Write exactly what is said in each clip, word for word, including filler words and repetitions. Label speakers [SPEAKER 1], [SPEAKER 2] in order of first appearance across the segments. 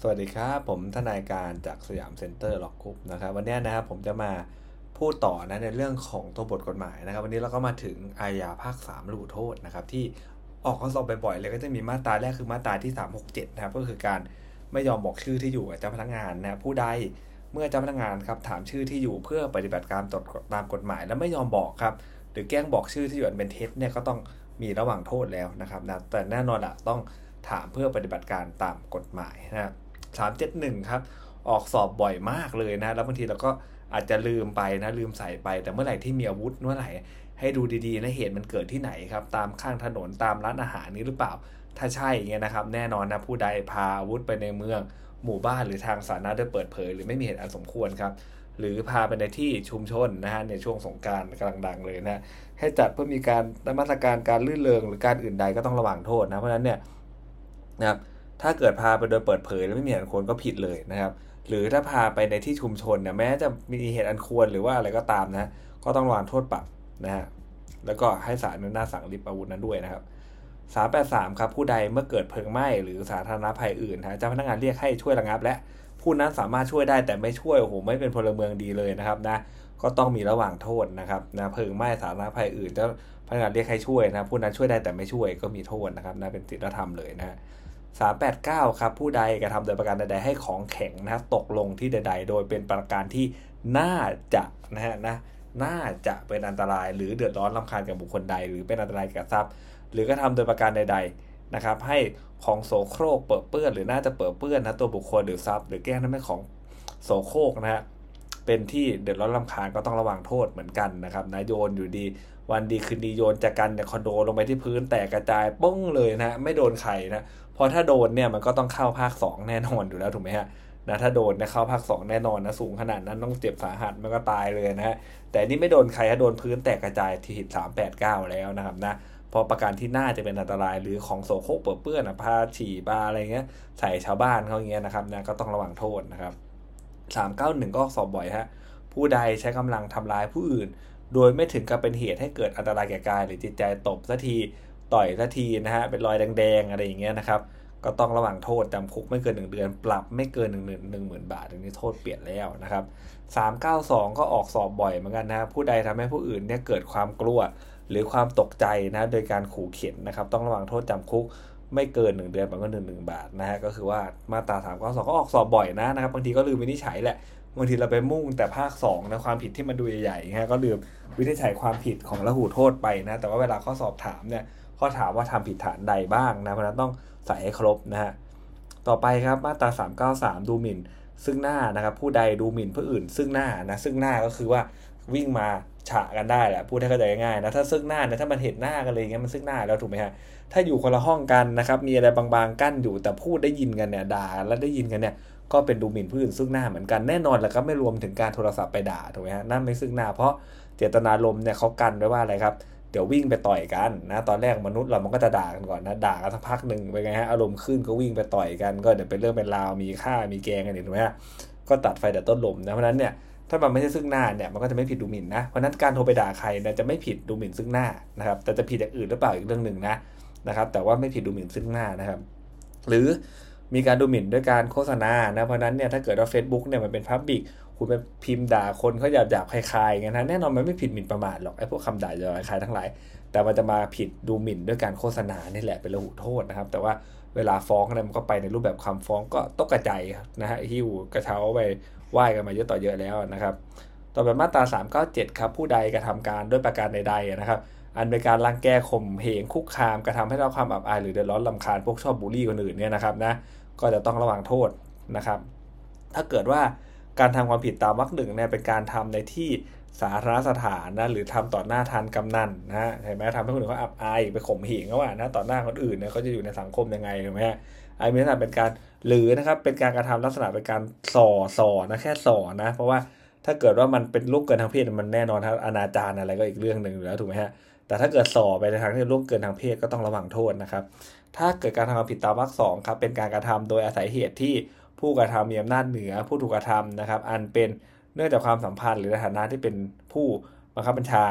[SPEAKER 1] สวัสดีครับผมทนายการจากสยามเซ็นเตอร์ล็อกกรุ๊ปนะครับวันนี้นะครับผมจะมาพูดต่อนะในเรื่องของตัวบทกฎหมายนะครับวันนี้เราก็มาถึงอาญาภาคสามระบุโทษนะครับที่ออกข้อสอบบ่อยๆเลยก็จะมีมาตราแรกคือมาตราที่สามหกเจ็ดนะครับก็คือการไม่ยอมบอกชื่อที่อยู่กับเจ้าพนักงานนะผู้ใดเมื่อเจ้าพนักงานครับถามชื่อที่อยู่เพื่อปฏิบัติการตามกฎหมายแล้วไม่ยอมบอกครับหรือแกล้งบอกชื่อที่อยู่อันเป็นเท็จเนี่ยก็ต้องมีระหว่างโทษแล้วนะครับนะแต่แน่นอนละต้องถามเพื่อปฏิบัติการตามกฎหมายนะครับสามเจ็ดหนึ่งครับออกสอบบ่อยมากเลยนะแล้วบางทีเราก็อาจจะลืมไปนะลืมใส่ไปแต่เมื่อไหร่ที่มีอาวุธเมื่อไหร่ให้ดูดีๆนะเหตุมันเกิดที่ไหนครับตามข้างถนนตามร้านอาหารนี้หรือเปล่าถ้าใช่เงี้ยนะครับแน่นอนนะผู้ใดพาอาวุธไปในเมืองหมู่บ้านหรือทางสาธารณะโดยเปิดเผยหรือไม่มีเหตุอันสมควรครับหรือพาไปในที่ชุมชนนะฮะในช่วงสงกรานต์กำลังดังเลยนะให้จัดเพื่อมีการมาตรการการลื่นเริงหรือการอื่นใดก็ต้องระวังโทษนะเพราะฉะนั้นเนี่ยนะครับถ้าเกิดพาไปโดยเปิดเผยแล้วไม่มีเหตุอันควรก็ผิดเลยนะครับหรือถ้าพาไปในที่ชุมชนเนี่ยแม้จะมีเหตุอันควรหรือว่าอะไรก็ตามนะก็ต้องระวังโทษปรับนะฮะแล้วก็ให้ศาลมีอำนาจสั่งริบอาวุธนั้นด้วยนะครับสามแปดสามครับผู้ใดเมื่อเกิดเพลิงไหม้หรือสาธารณภัยอื่นนะเจ้าพนักงานเรียกให้ช่วยระงับและผู้นั้นสามารถช่วยได้แต่ไม่ช่วยโอ้โหไม่เป็นพลเมืองดีเลยนะครับนะก็ต้องมีระหว่างโทษนะครับนะเพลิงไหม้สาธารณภัยอื่นเจ้าพนักงานเรียกให้ช่วยนะผู้นั้นช่วยได้แต่ไม่ช่วยก็มีโทษนะครับนะเป็นศีลธรรมเลยนะฮะสามแปดเก้าครับผู้ใดกระทำโดยประการใดๆให้ของแข็งนะตกลงที่ใดๆโดยเป็นประการที่น่าจะนะฮะนะน่าจะเป็นอันตรายหรือเดือดร้อนรำคาญกับบุคคลใดหรือเป็นอันตรายแก่ทรัพย์หรือกระทำโดยประการใดๆนะครับให้ของโสโครกเปื้อนเปื้อนหรือน่าจะเปื้อนเปื้อนนะตัวบุคคลหรือทรัพย์หรือแกล้งทำให้ของโสโครกนะฮะเป็นที่เดือดร้อนรำคาญก็ต้องระวังโทษเหมือนกันนะครับนะโยนอยู่ดีวันดีคืนดีโยนจากกันเนี่ยคอนโดลงไปที่พื้นแตกกระจายป้งเลยนะไม่โดนใครนะพอถ้าโดนเนี่ยมันก็ต้องเข้าภาคสองแน่นอนอยู่แล้วถูกไหมฮะนะถ้าโดนนะเข้าภาคสองแน่นอนนะสูงขนาดนั้นต้องเจ็บสาหัสมันก็ตายเลยนะฮะแต่นี่ไม่โดนใครถ้าโดนพื้นแตกกระจายที่หิดสามแปดเก้าแล้วนะครับนะเพราะประการที่น่าจะเป็นอันตรายหรือของโสโครกเปื้อนเปื้อนพาฉี่ปลาอะไรเงี้ยใส่ชาวบ้านเขาอย่างเงี้ยนะครับนะก็ต้องระวังโทษนะครับสามเก้าหนึ่งก็สอบบ่อยฮะผู้ใดใช้กำลังทำร้ายผู้อื่นโดยไม่ถึงกับเป็นเหตุให้เกิดอันตรายแก่กายหรือจิตใจตบสักทีต่อยสักทีนะฮะเป็นรอยแดงๆอะไรอย่างเงี้ยนะครับก็ต้องระวังโทษจำคุกไม่เกินหนึ่งเดือนปรับไม่เกินหนึ่งหมื่นหนึ่งหมื่นบาทอันนี้โทษเปลี่ยนแล้วนะครับสามเก้าสองก็ออกสอบบ่อยเหมือนกันนะผู้ใดทำให้ผู้อื่นเนี่ยเกิดความกลัวหรือความตกใจนะโดยการขู่เข็นนะครับต้องระวังโทษจำคุกไม่เกินหนึ่งเดือนปรับเงินหนึ่งหนึ่งบาทนะฮะก็คือว่ามาตราสามเก้าสองก็ออกสอบบ่อยนะนะครับบางทีก็ลืมวินิจฉัยแหละบางทีเราไปมุ่งแต่ภาคสองนะความผิดที่มันดูใหญ่ๆฮะก็ลืมวินิจฉัยความผิดของระหูโทษไปนะแต่ว่าเวลาข้อสอบถามเนี่ยข้อถามว่าทำผิดฐานใดบ้างนะเพราะนั้นต้องใส่ให้ครบนะฮะต่อไปครับมาตราสามเก้าสามดูหมิ่นซึ่งหน้านะครับผู้ใดดูหมิ่นผู้อื่นซึ่งหน้านะซึ่งหน้าก็คือว่าวิ่งมาฉะกันได้แหละพูดให้เข้าใจง่ายๆนะถ้าซึ่งหน้าเนี่ยถ้ามันเห็นหน้ากันเลยอย่างเงี้ยมันซึ่งหน้าแล้วถูกไหมฮะถ้าอยู่คนละห้องกันนะครับมีอะไรบางๆกั้นอยู่แต่พูดได้ยินกันเนี่ยด่าแล้วได้ยินกันเนี่ยก็เป็นดูหมิ่นผู้อื่นซึ่งหน้าเหมือนกันแน่นอนแล้วก็ไม่รวมถึงการโทรศัพท์ไปด่าถูกไหมฮะนั่นไม่ซึ่งหน้าเพราะเจตนารมณ์เนี่ยเขากันไว้ว่าอะไรครับเดี๋ยววิ่งไปต่อยกันนะตอนแรกมนุษย์เรามันก็จะด่ากันก่อนนะด่ากันสักพักหนึ่งไปไงฮะอารมณ์ขึ้นก็วิ่งไปต่อยกันก็เดี๋ยวเป็นเรื่องเป็นราวมีฆ่ามีแกงกันถูกไหมฮะก็ตัดไฟแต่ต้นลมนะเพราะนั้นเนี่ยถ้ามันไม่ใช่ซึ่งหน้าเนี่ยมันก็จะไม่ผิดดูหมิ่นนะเพราะนั้นการโทรไปด่าใครเนี่ยจะไม่ผิดดูหมิ่นซึ่งหน้านะครับแต่จะผิดอย่างอื่นหรือเปล่าอีกเรื่องหนึ่งนะนะครับแต่ว่าไม่ผิดดูหมิ่นซึ่งหน้านะครับหรือมีการดูหมิ่นด้วยการโฆษณานะเพราะนั้นเนี่ยถ้าเกิดว่า Facebook เนี่ยมันเป็น Public คุณไปพิมพ์ด่าคนเขาหยาบๆคลายๆงั้นนะแน่นอนมันไม่ผิดหมิ่นประมาทหรอกไอ้พวกคำด่าหยาบๆคลายทั้งหลายแต่มันจะมาผิดดูหมิ่นด้วยการโฆษณานี่แหละเป็นระหูโทษนะครับแต่ว่าเวลาฟ้องอะไรมันก็ไปในรูปแบบคำฟ้องก็ตกกระจายนะฮะหิ้วกระเช้าไปไหว้กันมาเยอะต่อเยอะแล้วนะครับต่อไปมาตราสามเก้าเจ็ดครับผู้ใดกระทำการด้วยประการใดๆนะครับอันเป็นการรังแกข่มเหงคุกคามกระทำให้เราความอับอายหรือเดือดร้อนรำคาญพวกชอบบูลลี่คนอื่นเนี่ยนะครับนะก็จะต้องระวังโทษนะครับถ้าเกิดว่าการทำความผิดตามวรรคหนึ่งเนี่ยเป็นการทำในที่สาธารณสถานนะหรือทำต่อหน้าทานกำนันนะฮะเห็นไหมทำให้คนอื่นเขาอับอายไปข่มเหงเขาว่านะต่อหน้าคนอื่นเนี่ยเขาจะอยู่ในสังคมยังไงถูกไหมฮะไอ้มีลักษณะเป็นการหรือนะครับเป็นการกระทำลักษณะเป็นการส่อส่อนะแค่ส่อนะเพราะว่าถ้าเกิดว่ามันเป็นล่วงเกินทางเพศมันแน่นอนครับอนาจารอะไรก็อีกเรื่องหนึ่งอยู่แล้วถูกไหมฮะแต่ถ้าเกิดส่อไปในทางที่ล่วงเกินทางเพศก็ต้องระวังโทษนะครับถ้าเกิดการทำความผิดตามวรรคสองครับเป็นการกระทำโดยอาศัยเหตุที่ผู้กระทำมีอำนาจเหนือผู้ถูกกระทำนะครับอันเป็นเนื่องจากความสัมพันธ์หรือฐานะที่เป็นผู้บังคับบัญชา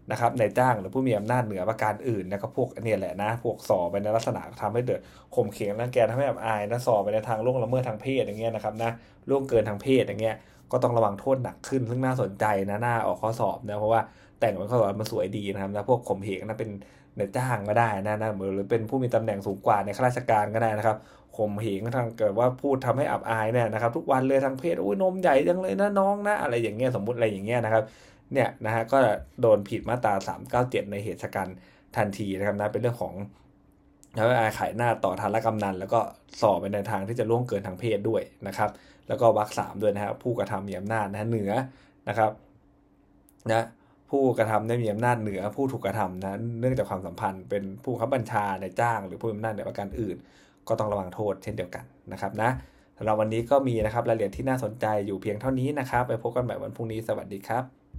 [SPEAKER 1] นะครับนายจ้างหรือผู้มีอำนาจเหนือประการอื่นแล้วก็พวกเนี่ยแหละนะพวกส่อไปในลักษณะทำให้เกิดข่มเหงรังแกทำให้อับอายนะส่อไปในทางล่วงละเมิดทางเพศอย่างเงี้ยนะครับนะล่วงเกินทางเพศอย่างเงี้ยก็ต้องระวังโทษหนักขึ้นซึ่งน่าสนใจนะหน้าออกข้อสอบนะเพราะว่าแต่งเป็นข้อสอบมันสวยดีนะครับนะพวกข่มเหงนะเป็นนายจ้างก็ได้นะนะหรือเป็นผู้มีตำแหน่งสูงกว่าในข้าราชการก็ได้นะครับข่มเหงทางเกิดว่าพูดทำให้อับอายเนี่ยนะครับทุกวันเลยทางเพศโอ้ยนมใหญ่จังเลยนะน้องนะอะไรอย่างเงี้ยสมมุติอะไรอย่างเงี้ยนะครับเนี่ยนะฮะก็โดนผิดมาตราสามเก้าเจ็ดในเหตุการณ์ทันทีนะครับนะเป็นเรื่องของแล้วอายขายหน้าต่อทารกำนันแล้วก็ส่อไปในทางที่จะล่วงเกินทางเพศด้วยนะครับแล้วก็วรรคสามด้วยนะครับผู้กระทำมีอำนาจนะเหนือนะครับนะผู้กระทำได้มีอำนาจเหนือผู้ถูกกระทำนะเนื่องจากความสัมพันธ์เป็นผู้บังคับบัญชาในจ้างหรือผู้มีอำนาจเหนือประการอื่นก็ต้องระวังโทษเช่นเดียวกันนะครับนะสำหรับวันนี้ก็มีนะครับรายละเอียดที่น่าสนใจอยู่เพียงเท่านี้นะครับไปพบกันใหม่วันพรุ่งนี้สวัสดีครับ